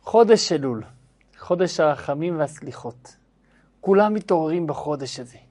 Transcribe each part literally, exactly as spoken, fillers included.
חודש אלול, חודש הרחמים והסליחות. כולם מתעוררים בחודש הזה.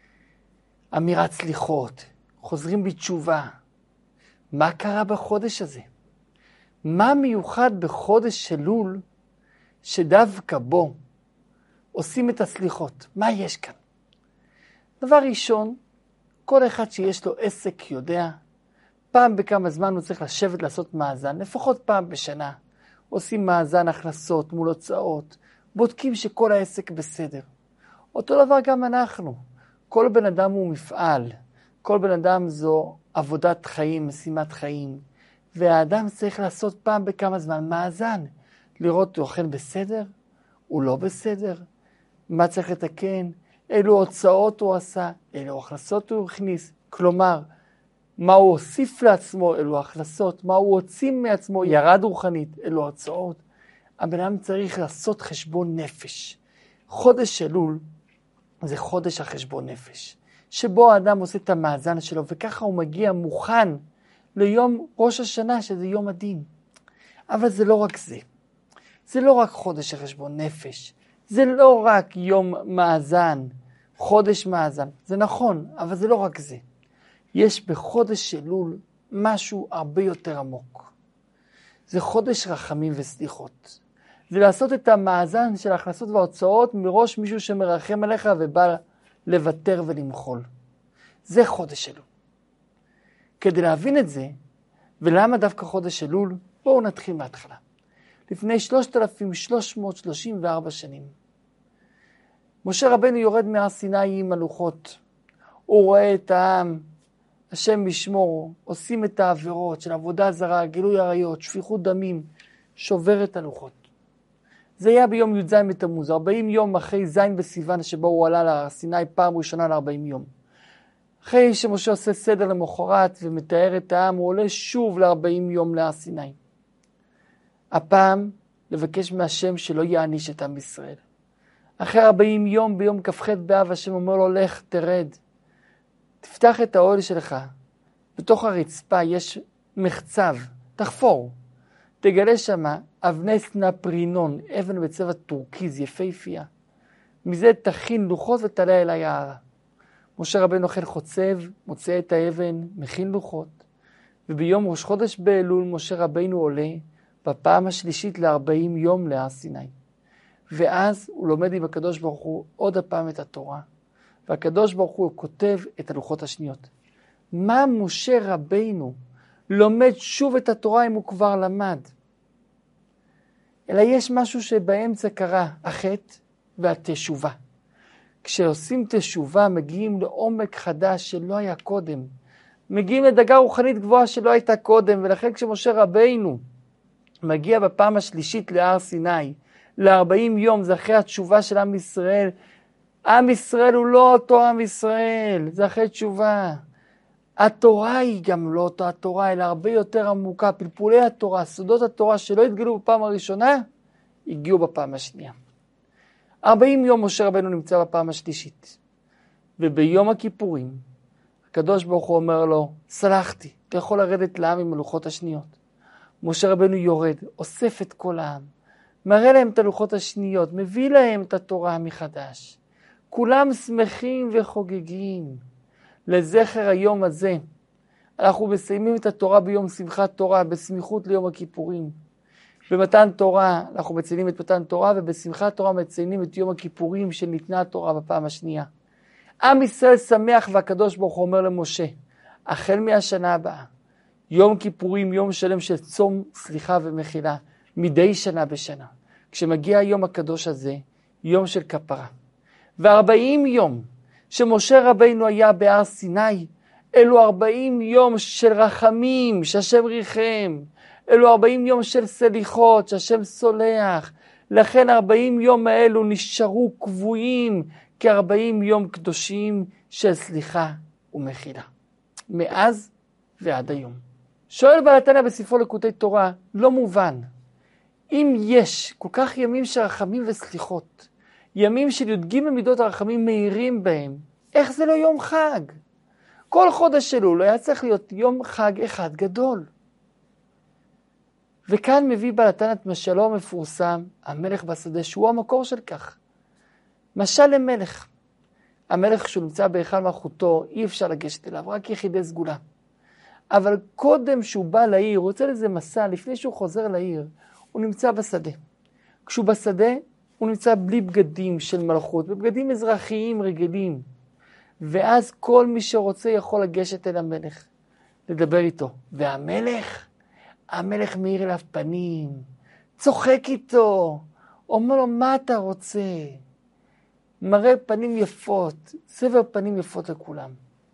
אמירת סליחות, חוזרים בתשובה. מה קרה בחודש הזה? מה מיוחד בחודש אלול שדווקא בו עושים את הסליחות? מה יש כאן? דבר ראשון, כל אחד שיש לו עסק יודע, פעם בכמה זמן הוא צריך לשבת לעשות מאזן, לפחות פעם בשנה. עושים מאזן הכנסות מול הוצאות, בודקים שכל העסק בסדר. אותו דבר גם אנחנו. כל בן אדם הוא מפעל, כל בן אדם זו עבודת חיים, משימת חיים. והאדם צריך לעשות פעם בכמה זמן מאזן, לראות הוא אכן בסדר, הוא לא בסדר, מה צריך לתקן, אילו הוצאות הוא עשה, אילו הכנסות הוא הכניס, כלומר, מה הוא הוסיף לעצמו, אלו הכנסות, מה הוא הוציא מעצמו, ירד רוחנית, אלו הרצאות. הבן אדם צריך לעשות חשבון נפש. חודש אלול זה חודש החשבון נפש, שבו האדם עושה את המאזן שלו, וככה הוא מגיע מוכן ליום ראש השנה, שזה יום הדין. אבל זה לא רק זה. זה לא רק חודש החשבון נפש. זה לא רק יום מאזן, חודש מאזן. זה נכון, אבל זה לא רק זה. יש בחודש אלול משהו הרבה יותר עמוק. זה חודש רחמים וסליחות. זה לעשות את המאזן של ההכנסות וההוצאות מראש מישהו שמרחם עליך ובא לוותר ולמחול. זה חודש אלול. כדי להבין את זה, ולמה דווקא חודש אלול, בואו נתחיל מההתחלה. לפני שלושת אלפים שלוש מאות שלושים וארבע שנים, משה רבנו יורד מהר סיני עם הלוחות. הוא רואה את העם, השם משמור, עושים את העבירות של עבודה זרה, גילוי עריות, שפיכות דמים, שובר את הלוחות. זה היה ביום י"ז בתמוז, ארבעים יום אחרי זין בסיוון שבו הוא עלה להר סיני פעם ראשונה ל-ארבעים יום. אחרי שמשה עושה סדר למחרת ומתאר את העם, הוא עולה שוב ל-ארבעים יום להר סיני. הפעם לבקש מהשם שלא יעניש את עם ישראל. אחרי ארבעים יום ביום כ"ח באב השם אומר לו, לך תרד. תפתח את האוהל שלך, בתוך הרצפה יש מחצב, תחפור. תגלה שמה אבני סנפרינון, אבן בצבע טורקיז, יפהפייה. מזה תכין לוחות ותעלה אל היער. משה רבנו אכן חוצב, מוצא את האבן, מכין לוחות. וביום ראש חודש באלול משה רבנו עולה בפעם השלישית ל-ארבעים יום להר סיני. ואז הוא לומד עם הקדוש ברוך הוא עוד הפעם את התורה. והקדוש ברוך הוא כותב את הלוחות השניות. מה משה רבינו לומד שוב את התורה אם הוא כבר למד? אלא יש משהו שבאמצע קרה, החטא והתשובה. כשעושים תשובה מגיעים לעומק חדש שלא היה קודם. מגיעים לדרגה רוחנית גבוהה שלא הייתה קודם, ולכן כשמשה רבינו מגיע בפעם השלישית להר סיני, ל-ארבעים יום, זה אחרי התשובה של עם ישראל, עם ישראל הוא לא אותו עם ישראל, זה אחרי תשובה. התורה היא גם לא אותו התורה, אלא הרבה יותר עמוקה. פלפולי התורה, סודות התורה שלא התגלו בפעם הראשונה, הגיעו בפעם השנייה. ארבעים יום משה רבנו נמצא בפעם השלישית. וביום הכיפורים, הקדוש ברוך הוא אומר לו, סלחתי, אתה יכול לרדת לעם עם הלוחות השניות. משה רבנו יורד, אוסף את כל העם, מראה להם את הלוחות השניות, מביא להם את התורה מחדש. כולם שמחים וחוגגים. לזכר היום הזה, אנחנו מסיימים את התורה ביום שמחת תורה, בסמיכות ליום הכיפורים. במתן תורה, אנחנו מציינים את מתן תורה, ובשמחת תורה מציינים את יום הכיפורים שניתנה התורה בפעם השנייה. עם ישראל שמח, והקדוש ברוך הוא אומר למשה, החל מהשנה הבאה, יום כיפורים, יום שלם של צום, סליחה ומחילה, מדי שנה בשנה. כשמגיע היום הקדוש הזה, יום של כפרה. וארבעים יום שמשה רבינו היה בהר סיני, אלו ארבעים יום של רחמים, שהשם ריחם. אלו ארבעים יום של סליחות, שהשם סולח. לכן ארבעים יום האלו נשארו קבועים כארבעים יום קדושים של סליחה ומחילה. מאז ועד היום. שואל בעל התניא בספרו לקוטי תורה, לא מובן. אם יש כל כך ימים של רחמים וסליחות, ימים של י"ג מידות הרחמים מהירים בהם, איך זה לא יום חג? כל חודש אלול היה צריך להיות יום חג אחד גדול. וכאן מביא בעל התניא את משלו המפורסם, המלך בשדה, שהוא המקור של כך. משל למלך. המלך שהוא נמצא בהיכל מלכותו, אי אפשר לגשת אליו, רק יחידי סגולה. אבל קודם שהוא בא לעיר, הוא יוצא לזה מסע, לפני שהוא חוזר לעיר, הוא נמצא בשדה. כשהוא בשדה, הוא נמצא בלי בגדים של מלכות, בבגדים אזרחיים רגילים. ואז כל מי שרוצה יכול לגשת אל המלך, לדבר איתו. והמלך, המלך מאיר אליו פנים, צוחק איתו, אומר לו, מה אתה רוצה? מראה פנים יפות, סבר פנים יפות לכולם.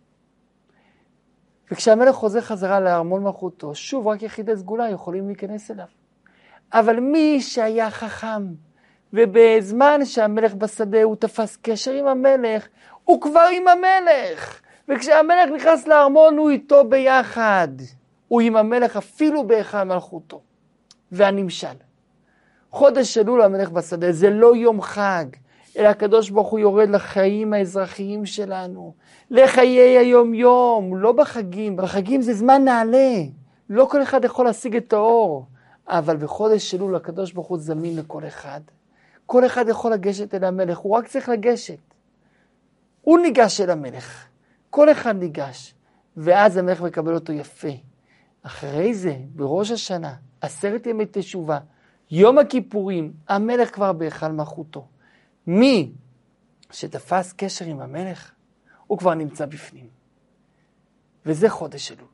וכשהמלך חוזר חזרה לארמון מלכותו, שוב רק יחידי סגולה יכולים להיכנס אליו. אבל מי שהיה חכם, ובזמן שהמלך בשדה הוא תפס קשר עם המלך, הוא כבר עם המלך. וכשהמלך נכנס לארמון הוא איתו ביחד. הוא עם המלך אפילו בהיכל מלכותו. והנמשל. חודש אלול המלך בשדה זה לא יום חג, אלא הקדוש ברוך הוא יורד לחיים האזרחיים שלנו, לחיי היום יום, לא בחגים. בחגים זה זמן נעלה, לא כל אחד יכול להשיג את האור, אבל בחודש אלול הקדוש ברוך הוא זמין לכל אחד. כל אחד יכול לגשת אל המלך, הוא רק צריך לגשת. הוא ניגש אל המלך, כל אחד ניגש, ואז המלך מקבל אותו יפה. אחרי זה, בראש השנה, עשרת ימי תשובה, יום הכיפורים, המלך כבר בהיכל מלכותו. מי שתפס קשר עם המלך, הוא כבר נמצא בפנים. וזה חודש אלול.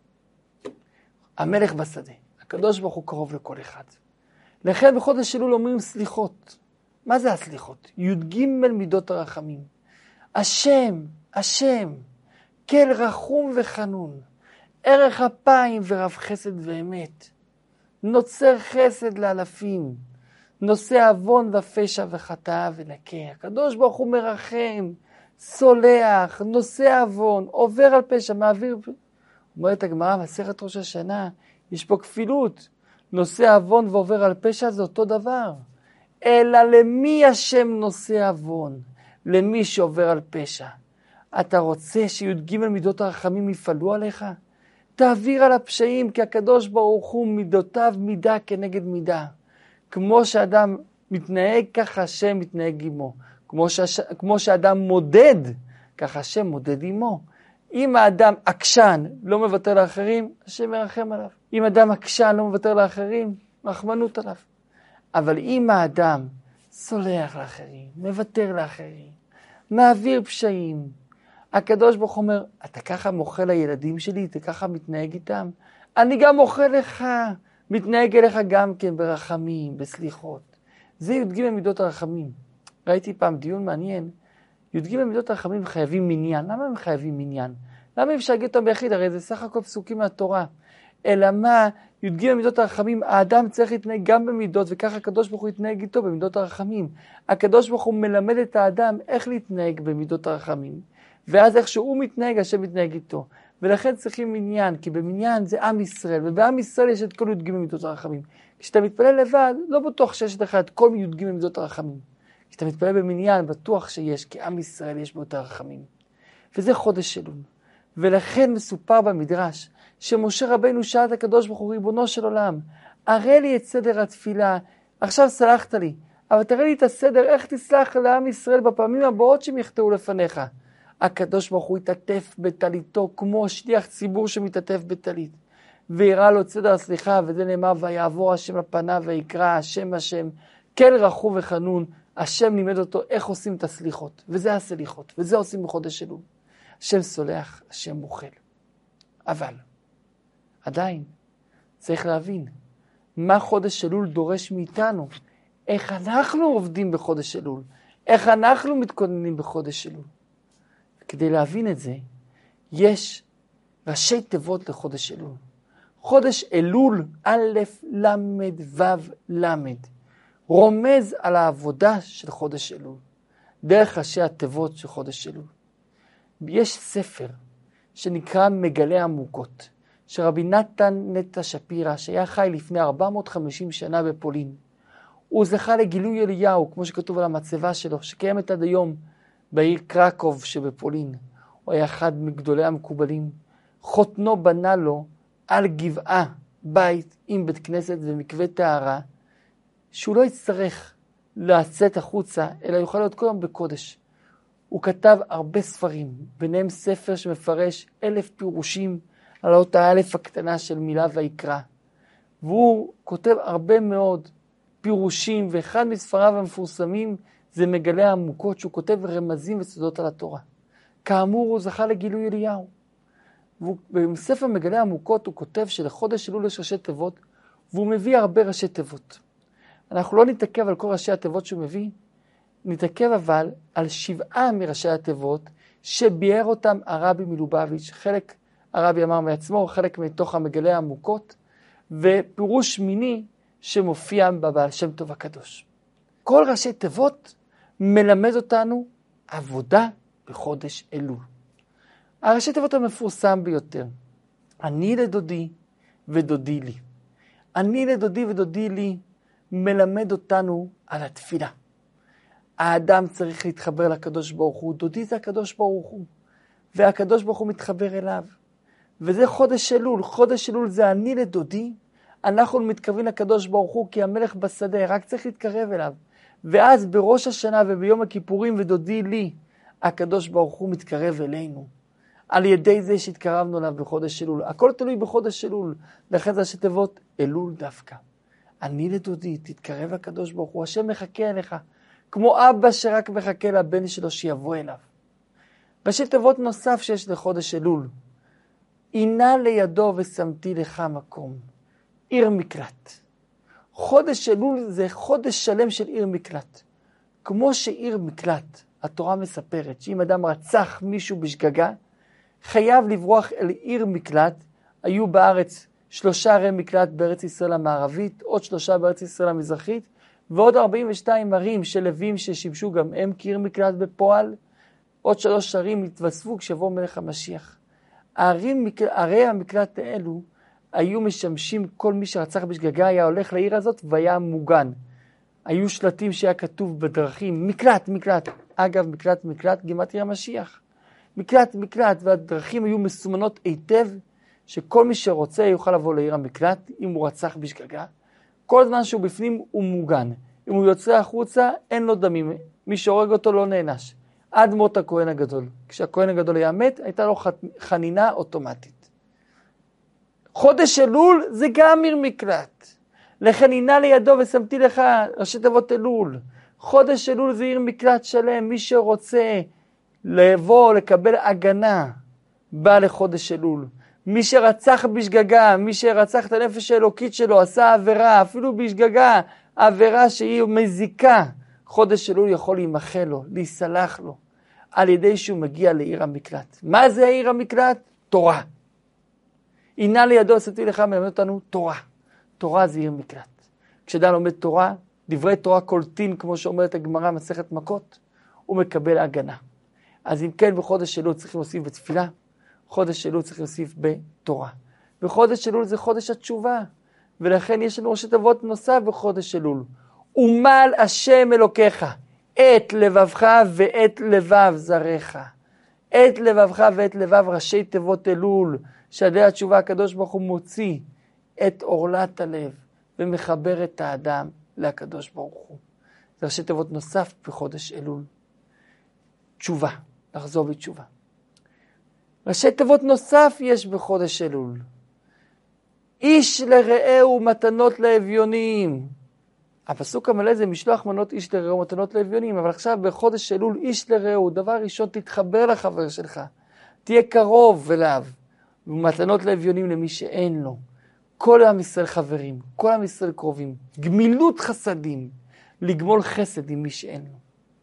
המלך בשדה, הקדוש ברוך הוא קרוב לכל אחד. לכן בחודש אלול אומרים סליחות. מה זה הסליחות? י"ג מידות הרחמים. השם, השם, כל רחום וחנון, ערך אפיים ורב חסד ואמת, נוצר חסד לאלפים, נושא עוון ופשע וחטאה ונקה. הקדוש ברוך הוא מרחם, סולח, נושא עוון, עובר על פשע, מעביר. אומרת הגמרא מסכת ראש השנה, יש פה כפילות. נושא עוון ועובר על פשע זה אותו דבר. אלא למי השם נושא עוון? למי שעובר על פשע. אתה רוצה שי"ג מידות הרחמים יפעלו עליך? תעביר על הפשעים, כי הקדוש ברוך הוא מידותיו מידה כנגד מידה. כמו שאדם מתנהג, ככה השם מתנהג עמו. כמו, שהש... כמו שאדם מודד, ככה השם מודד עמו. אם האדם עקשן לא מוותר לאחרים, השם מרחם עליו. אם אדם עקשן לא מוותר לאחרים, רחמנות עליו. אבל אם האדם סולח לאחרים, מוותר לאחרים, מעביר פשעים, הקדוש ברוך הוא אומר, אתה ככה מוכל לילדים שלי, אתה ככה מתנהג איתם, אני גם מוכל לך, מתנהג אליך גם כן ברחמים, בסליחות. זה י"ג מידות הרחמים. ראיתי פעם דיון מעניין, י"ג מידות הרחמים חייבים מניין. למה הם חייבים מניין? למה אפשר להגיד אותם ביחיד? הרי זה סך הכל פסוקים מהתורה. אלא מה, י"ג מידות הרחמים, האדם צריך להתנהג גם במידות, וככה הקדוש ברוך הוא יתנהג איתו במידות הרחמים. הקדוש ברוך הוא מלמד את האדם איך להתנהג במידות הרחמים. ואז איך שהוא מתנהג, השם מתנהג איתו. ולכן צריכים מניין, כי במניין זה עם ישראל, ובעם ישראל יש את כל י"ג מידות הרחמים. כשאתה מתפלל לבד, לא בטוח שיש לך את כל י"ג מידות הרחמים. כשאתה מתפלל במניין, בטוח שיש, כי עם ישראל יש בו את הרחמים. וזה חודש אלול. ולכן מסופר במדרש, שמשה רבינו שאל את הקדוש ברוך הוא, ריבונו של עולם, הראה לי את סדר התפילה, עכשיו סלחת לי, אבל תראה לי את הסדר, איך תסלח לעם ישראל בפעמים הבאות שהם יחטאו לפניך. הקדוש ברוך הוא יתעטף בטליתו, כמו שליח ציבור שמתעטף בטלית, ויראה לו את סדר הסליחה, וזה נאמר, ויעבור השם לפניו, ויקרא השם השם, כל רחום וחנון, השם לימד אותו איך עושים את הסליחות, וזה הסליחות, וזה עושים בחודש אלול. השם סולח, השם מוחל. אבל, עדיין, צריך להבין, מה חודש אלול דורש מאיתנו, איך אנחנו עובדים בחודש אלול, איך אנחנו מתכוננים בחודש אלול. כדי להבין את זה, יש ראשי תיבות לחודש אלול. חודש אלול, א' למד ו' למד, רומז על העבודה של חודש אלול, דרך ראשי התיבות של חודש אלול. יש ספר שנקרא מגלה עמוקות, שרבי נתן נטע שפירא, שהיה חי לפני ארבע מאות וחמישים שנה בפולין, הוא זכה לגילוי אליהו, כמו שכתוב על המצבה שלו, שקיימת עד היום בעיר קרקוב שבפולין. הוא היה אחד מגדולי המקובלים. חותנו בנה לו על גבעה בית עם בית כנסת ומקווה טהרה, שהוא לא יצטרך לצאת החוצה, אלא יוכל להיות כל יום בקודש. הוא כתב הרבה ספרים, ביניהם ספר שמפרש אלף פירושים על אותה האלף הקטנה של מילה ויקרא. והוא כותב הרבה מאוד פירושים, ואחד מספריו המפורסמים זה מגלה העמוקות, שהוא כותב רמזים וסודות על התורה. כאמור, הוא זכה לגילוי אליהו. ובספר מגלה העמוקות הוא כותב שלחודש אלול יש ראשי תיבות, והוא מביא הרבה ראשי תיבות. אנחנו לא נתעכב על כל ראשי התיבות שהוא מביא, נתעכב אבל על שבעה מראשי התיבות, שביאר אותם הרבי מלובביץ', חלק הרבי אמר מעצמו, חלק מתוך המגלה העמוקות, ופירוש מיני שמופיע בבעל שם טוב הקדוש. כל ראשי תיבות מלמד אותנו עבודה בחודש אלול. הראשי תיבות המפורסם ביותר, אני לדודי ודודי לי. אני לדודי ודודי לי מלמד אותנו על התפילה. האדם צריך להתחבר לקדוש ברוך הוא, דודי זה הקדוש ברוך הוא, והקדוש ברוך הוא מתחבר אליו. וזה חודש אלול, חודש אלול זה אני לדודי, אנחנו מתקרבים לקדוש ברוך הוא, כי המלך בשדה, רק צריך להתקרב אליו. ואז בראש השנה וביום הכיפורים ודודי לי, הקדוש ברוך הוא מתקרב אלינו. על ידי זה שהתקרבנו אליו בחודש אלול. הכל תלוי בחודש אלול, לכן זה ראשי תיבות אלול דווקא. אני לדודי, תתקרב לקדוש ברוך הוא, השם מחכה אליך, כמו אבא שרק מחכה לבן שלו שיבוא אליו. ראשי תיבות נוסף שיש לחודש אלול, הנה לידו ושמתי לך מקום, עיר מקלט. חודש אלול זה חודש שלם של עיר מקלט. כמו שעיר מקלט, התורה מספרת שאם אדם רצח מישהו בשגגה, חייב לברוח אל עיר מקלט. היו בארץ שלושה ערי מקלט בארץ ישראל המערבית, עוד שלושה בארץ ישראל המזרחית, ועוד ארבעים ושתיים ערים של לווים ששימשו גם הם כעיר מקלט בפועל. עוד שלוש ערים התווספו כשבוא מלך המשיח. הערים, ערי המקלט האלו היו משמשים, כל מי שרצח בשגגה היה הולך לעיר הזאת והיה מוגן. היו שלטים שהיה כתוב בדרכים, מקלט, מקלט. אגב, מקלט, מקלט, גימטריה המשיח. מקלט, מקלט, והדרכים היו מסומנות היטב, שכל מי שרוצה יוכל לבוא לעיר המקלט, אם הוא רצח בשגגה. כל זמן שהוא בפנים הוא מוגן. אם הוא יוצא החוצה, אין לו דמים. מי שהורג אותו לא נענש. עד מות הכהן הגדול. כשהכהן הגדול היה מת, הייתה לו חנינה אוטומטית. חודש אלול זה גם עיר מקלט. לכן הנה לידו ושמתי לך ראשי תיבות אלול. חודש אלול זה עיר מקלט שלם. מי שרוצה לבוא, לקבל הגנה, בא לחודש אלול. מי שרצח בשגגה, מי שרצח את הנפש האלוקית שלו, עשה עבירה, אפילו בשגגה, עבירה שהיא מזיקה, חודש אלול יכול להימחל לו, להיסלח לו, על ידי שהוא מגיע לעיר המקלט. מה זה העיר המקלט? תורה. הנה לידו עשיתי לך מלמד אותנו תורה. תורה זה עיר מקלט. כשאדם לומד תורה, דברי תורה קולטים, כמו שאומרת הגמרא מסכת מכות, הוא מקבל הגנה. אז אם כן, בחודש אלול צריכים להוסיף בתפילה, חודש אלול צריך להוסיף בתורה. וחודש אלול זה חודש התשובה, ולכן יש לנו ראשי תיבות נוסף בחודש אלול. ומל השם אלוקיך, את לבבך ואת לבב זרעך. את לבבך ואת לבב ראשי תיבות אלול, שעדי התשובה הקדוש ברוך הוא מוציא את עורלת הלב, ומחבר את האדם לקדוש ברוך הוא. זה ראשי תיבות נוסף בחודש אלול. תשובה, לחזור בתשובה. ראשי תיבות נוסף יש בחודש אלול. איש לרעהו מתנות לאביונים. הפסוק המלא זה משלוח מנות איש לרעהו מתנות לאביונים, אבל עכשיו בחודש אלול איש לרעהו, דבר ראשון תתחבר לחבר שלך, תהיה קרוב אליו, ומתנות לאביונים למי שאין לו. כל עם ישראל חברים, כל עם ישראל קרובים, גמילות חסדים, לגמול חסד עם מי שאין לו.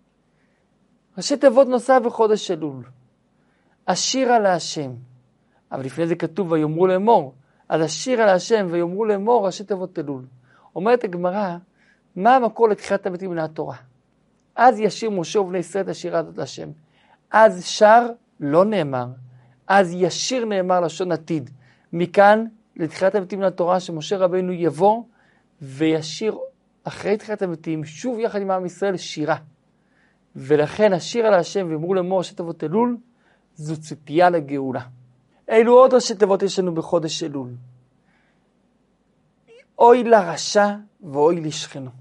ראשי תיבות נוסף בחודש אלול. אשירה להשם. אבל לפני זה כתוב ויאמרו לאמור. אז אשירה להשם ויאמרו לאמור ראשי תיבות אלול. אומרת הגמרא, מה המקור לתחיית המתים מן התורה? אז ישיר משה ובני ישראל את השירה הזאת להשם. אז שר לא נאמר. אז ישיר נאמר לשון עתיד. מכאן לתחיית המתים מן התורה שמשה רבינו יבוא וישיר אחרי תחיית המתים שוב יחד עם עם ישראל שירה. ולכן אשירה להשם ויאמרו לאמור ראשי תיבות אלול זו ציפייה לגאולה. אילו עוד ראשי תיבות יש לנו בחודש אלול. אוי לרשע ואוי לשכנו.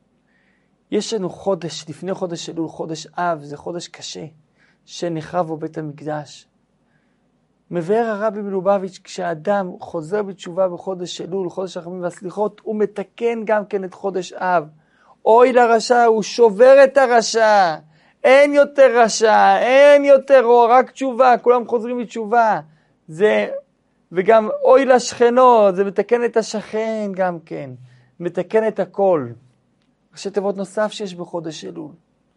יש לנו חודש, לפני חודש אלול, חודש אב, זה חודש קשה, שנחרב בו בית המקדש. מבאר הרבי מלובביץ', כשאדם חוזר בתשובה בחודש אלול, חודש הרחמים והסליחות, הוא מתקן גם כן את חודש אב. אוי לרשע, הוא שובר את הרשע. אין יותר רשע, אין יותר רוע, רק תשובה, כולם חוזרים בתשובה. זה, וגם אוי לשכנו, זה מתקן את השכן גם כן. מתקן את הכל. ראשי תיבות נוסף שיש בחודש אלול.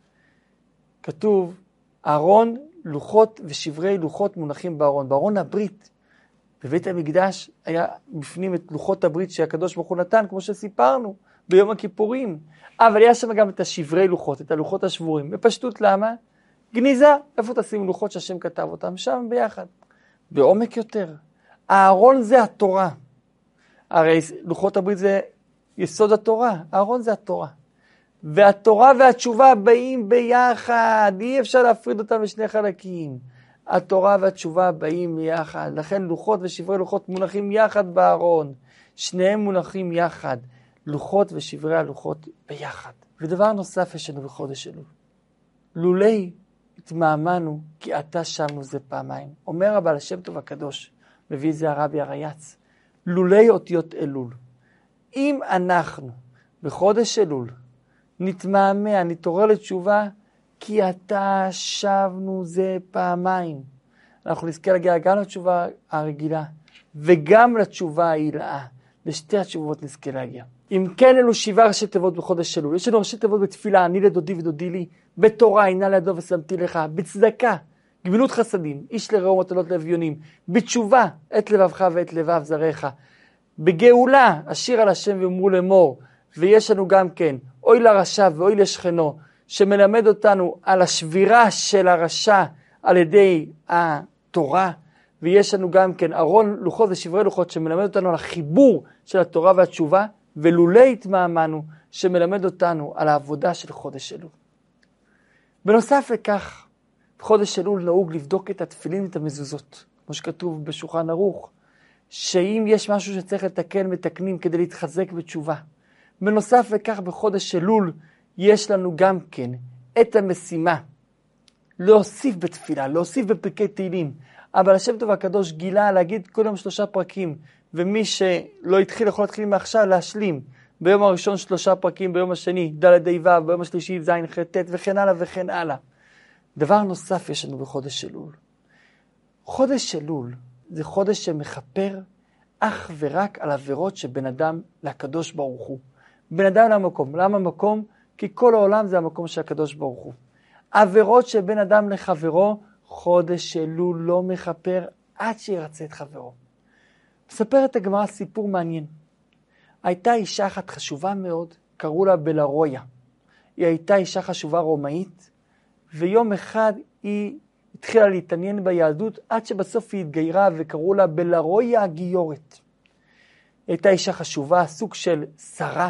כתוב, ארון, לוחות ושברי לוחות מונחים בארון. בארון הברית, בבית המקדש, היה בפנים את לוחות הברית שהקדוש ברוך הוא נתן, כמו שסיפרנו, ביום הכיפורים. אבל היה שם גם את השברי לוחות, את הלוחות השבורים. בפשטות למה? גניזה. איפה תשים לוחות שהשם כתב אותם? שם ביחד. בעומק יותר. הארון זה התורה. הרי לוחות הברית זה יסוד התורה. הארון זה התורה. והתורה והתשובה באים ביחד. אי אפשר להפריד אותם לשני חלקים. התורה והתשובה באים ביחד. לכן לוחות ושברי לוחות מונחים יחד בארון. שניהם מונחים יחד. לוחות ושברי הלוחות ביחד. ודבר נוסף יש לנו בחודש אלול. לולי התמאמנו כי אתה שמנו זה פעמיים. אומר הבעל השם טוב הקדוש, מביא זה הרבי הרייץ. לולי אותיות אלול. אם אנחנו בחודש אלול נתמאמע, נתעורר לתשובה, כי אתה שבנו זה פעמיים. אנחנו נזכה להגיע גם לתשובה הרגילה, וגם לתשובה העילאה. לשתי התשובות נזכה להגיע. אם כן, אלו שבעה ראשי תיבות בחודש אלול. יש לנו ראשי תיבות בתפילה, אני לדודי ודודי לי, בתורה, עינה לידו ושמתי לך, בצדקה, גמילות חסדים, איש לרעהו מטלות לאביונים, בתשובה, את לבבך ואת לבב זרעך, בגאולה, אשיר על השם ואמרו לאמור, ויש לנו גם כן, אוי לרשע ואוי לשכנו, שמלמד אותנו על השבירה של הרשע על ידי התורה, ויש לנו גם כן ארון לוחות ושברי לוחות שמלמד אותנו על החיבור של התורה והתשובה, ולולי התמאמנו שמלמד אותנו על העבודה של חודש אלול. בנוסף לכך, בחודש אלול נהוג לבדוק את התפילין ואת המזוזות, כמו שכתוב בשולחן ערוך, שאם יש משהו שצריך לתקן, מתקנים כדי להתחזק בתשובה. בנוסף לכך, בחודש אלול יש לנו גם כן את המשימה להוסיף בתפילה, להוסיף בפרקי תהילים. אבל השם טוב הקדוש גילה להגיד כל יום שלושה פרקים, ומי שלא התחיל יכול להתחיל מעכשיו להשלים. ביום הראשון שלושה פרקים, ביום השני ד' ה' ו', ביום השלישי ז' ח' ט' וכן הלאה וכן הלאה. דבר נוסף יש לנו בחודש אלול. חודש אלול זה חודש שמחפר אך ורק על עבירות שבין אדם לקדוש ברוך הוא. בין אדם למקום. למה מקום? כי כל העולם זה המקום של הקדוש ברוך הוא. עבירות שבין אדם לחברו, חודש אלול לא מחפר עד שירצה את חברו. מספרת הגמרא סיפור מעניין. הייתה אישה אחת חשובה מאוד, קראו לה בלרויה. היא הייתה אישה חשובה רומאית, ויום אחד היא התחילה להתעניין ביהדות, עד שבסוף היא התגיירה וקראו לה בלרויה הגיורת. היא הייתה אישה חשובה, סוג של שרה,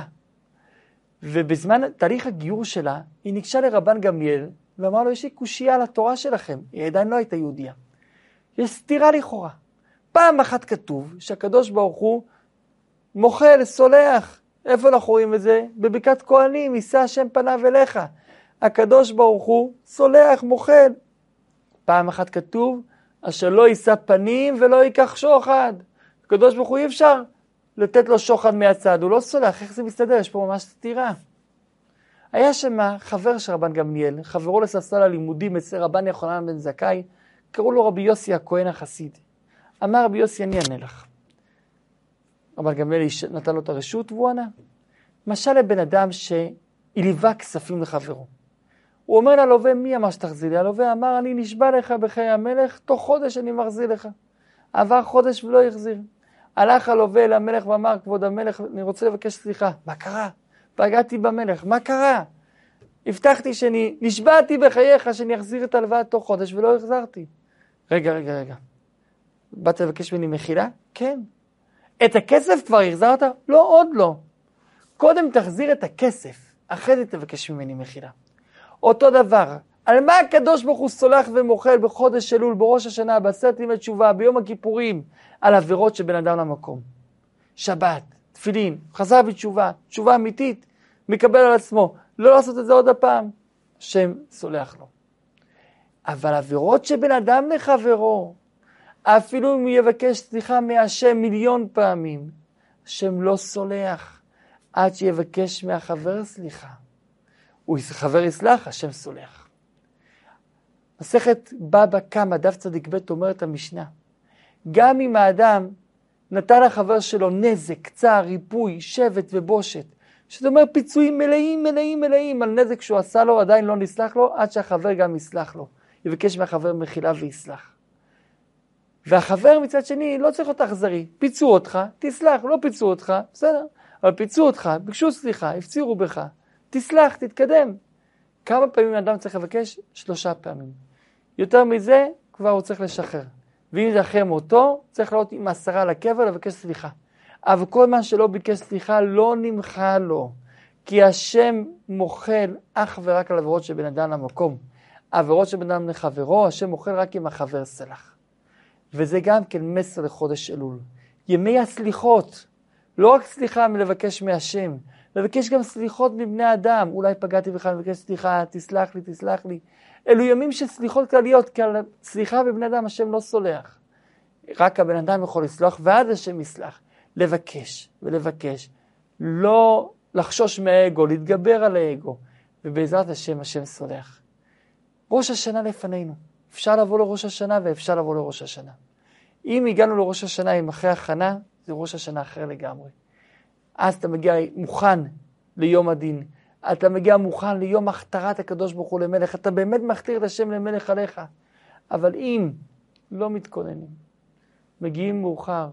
ובזמן תהליך הגיור שלה, היא ניגשה לרבן גמליאל, ואמרה לו, יש לי קושייה על התורה שלכם. היא עדיין לא הייתה יהודיה. יש סתירה לכאורה. פעם אחת כתוב שהקדוש ברוך הוא מוחל, סולח. איפה אנחנו רואים את זה? בברכת כהנים, יישא השם פניו אליך. הקדוש ברוך הוא סולח, מוחל. פעם אחת כתוב, אשר לא יישא פנים ולא ייקח שוחד. הקדוש ברוך הוא אי אפשר לתת לו שוחד מהצד, הוא לא סולח. איך זה מסתדר? יש פה ממש סתירה. היה שם חבר של רבן גמליאל, חברו לספסל הלימודים אצל רבן יוחנן בן זכאי, קראו לו רבי יוסי הכהן החסיד. אמר רבי יוסי, אני אענה לך. רבן גמליאל נתן לו את הרשות והוא ענה. משל לבן אדם שהלווה כספים לחברו. הוא אומר ללווה, מי אמר שתחזיר לי? הלווה אמר, אני נשבע לך בחיי המלך, תוך חודש אני מחזיר לך. עבר חודש ולא יחזיר. הלך הלווה אל המלך ואמר, כבוד המלך, אני רוצה לבקש סליחה. מה קרה? פגעתי במלך, מה קרה? הבטחתי שאני, נשבעתי בחייך שאני אחזיר את הלוואה תוך חודש ולא החזרתי. רגע, רגע, רגע. באת לבקש ממני מחילה? כן. את הכסף כבר החזרת? לא, עוד לא. קודם תחזיר את הכסף, אחרי זה תבקש ממני מחילה. אותו דבר, על מה הקדוש ברוך הוא סולח ומוחל בחודש אלול, בראש השנה, בעשרת ימי תשובה, ביום הכיפורים, על עבירות שבין אדם למקום. שבת, תפילין, חזר בתשובה, תשובה אמיתית, מקבל על עצמו, לא לעשות את זה עוד הפעם, השם סולח לו. אבל עבירות שבין אדם לחברו, אפילו אם הוא יבקש סליחה מהשם מיליון פעמים, השם לא סולח, עד שיבקש מהחבר סליחה. הוא חבר יסלח, השם סולח. מסכת בבא קמא, דף צדיק ב' אומרת המשנה, גם אם האדם נתן לחבר שלו נזק, צער, ריפוי, שבט ובושת, שזה אומר פיצויים מלאים, מלאים, מלאים, על נזק שהוא עשה לו, עדיין לא נסלח לו, עד שהחבר גם יסלח לו. יבקש מהחבר מחילה ויסלח. והחבר מצד שני לא צריך להיות אכזרי. פיצו אותך, תסלח, לא פיצו אותך, בסדר. אבל פיצו אותך, ביקשו סליחה, הפצירו בך, תסלח, תתקדם. כמה פעמים אדם צריך לבקש? שלושה פעמים. יותר מזה, כבר הוא צריך לשחרר. ואם זה אחרי מותו, צריך לעלות עם עשרה לקבר לבקש סליחה. אבל כל מה שלא ביקש סליחה לא נמחה לו. כי השם מוחל אך ורק על עבירות של בן אדם למקום. עבירות של בן אדם לחברו, השם מוחל רק עם החבר סלח. וזה גם כן מסר לחודש אלול. ימי הסליחות, לא רק סליחה מלבקש מהשם, לבקש גם סליחות מבני אדם. אולי פגעתי בך, לבקש סליחה, תסלח לי, תסלח לי. אלו ימים של סליחות כלליות, כי על סליחה בבני אדם השם לא סולח. רק הבן אדם יכול לסלוח, ועד השם יסלח. לבקש ולבקש. לא לחשוש מהאגו, להתגבר על האגו. ובעזרת השם, השם סולח. ראש השנה לפנינו. אפשר לבוא לראש השנה ואפשר לבוא לראש השנה. אם הגענו לראש השנה עם אחרי הכנה, זה ראש השנה אחר לגמרי. אז אתה מגיע מוכן ליום הדין. אתה מגיע מוכן ליום הכתרת הקדוש ברוך הוא למלך. אתה באמת מכתיר את השם למלך עליך. אבל אם לא מתכוננים, מגיעים מאוחר,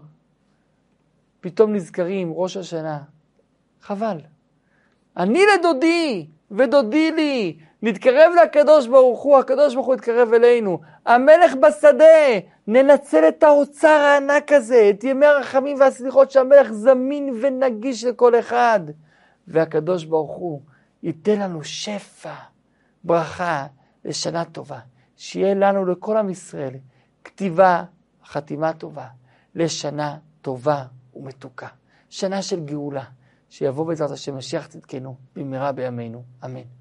פתאום נזכרים ראש השנה, חבל. אני לדודי ודודי לי, נתקרב לקדוש ברוך הוא, הקדוש ברוך הוא יתקרב אלינו. המלך בשדה, ננצל את האוצר הענק הזה, את ימי הרחמים והסליחות שהמלך זמין ונגיש לכל אחד. והקדוש ברוך הוא ייתן לנו שפע, ברכה לשנה טובה. שיהיה לנו לכל עם ישראל כתיבה, חתימה טובה, לשנה טובה ומתוקה. שנה של גאולה, שיבוא בעזרת השם משיח צדקנו במהרה בימינו. אמן.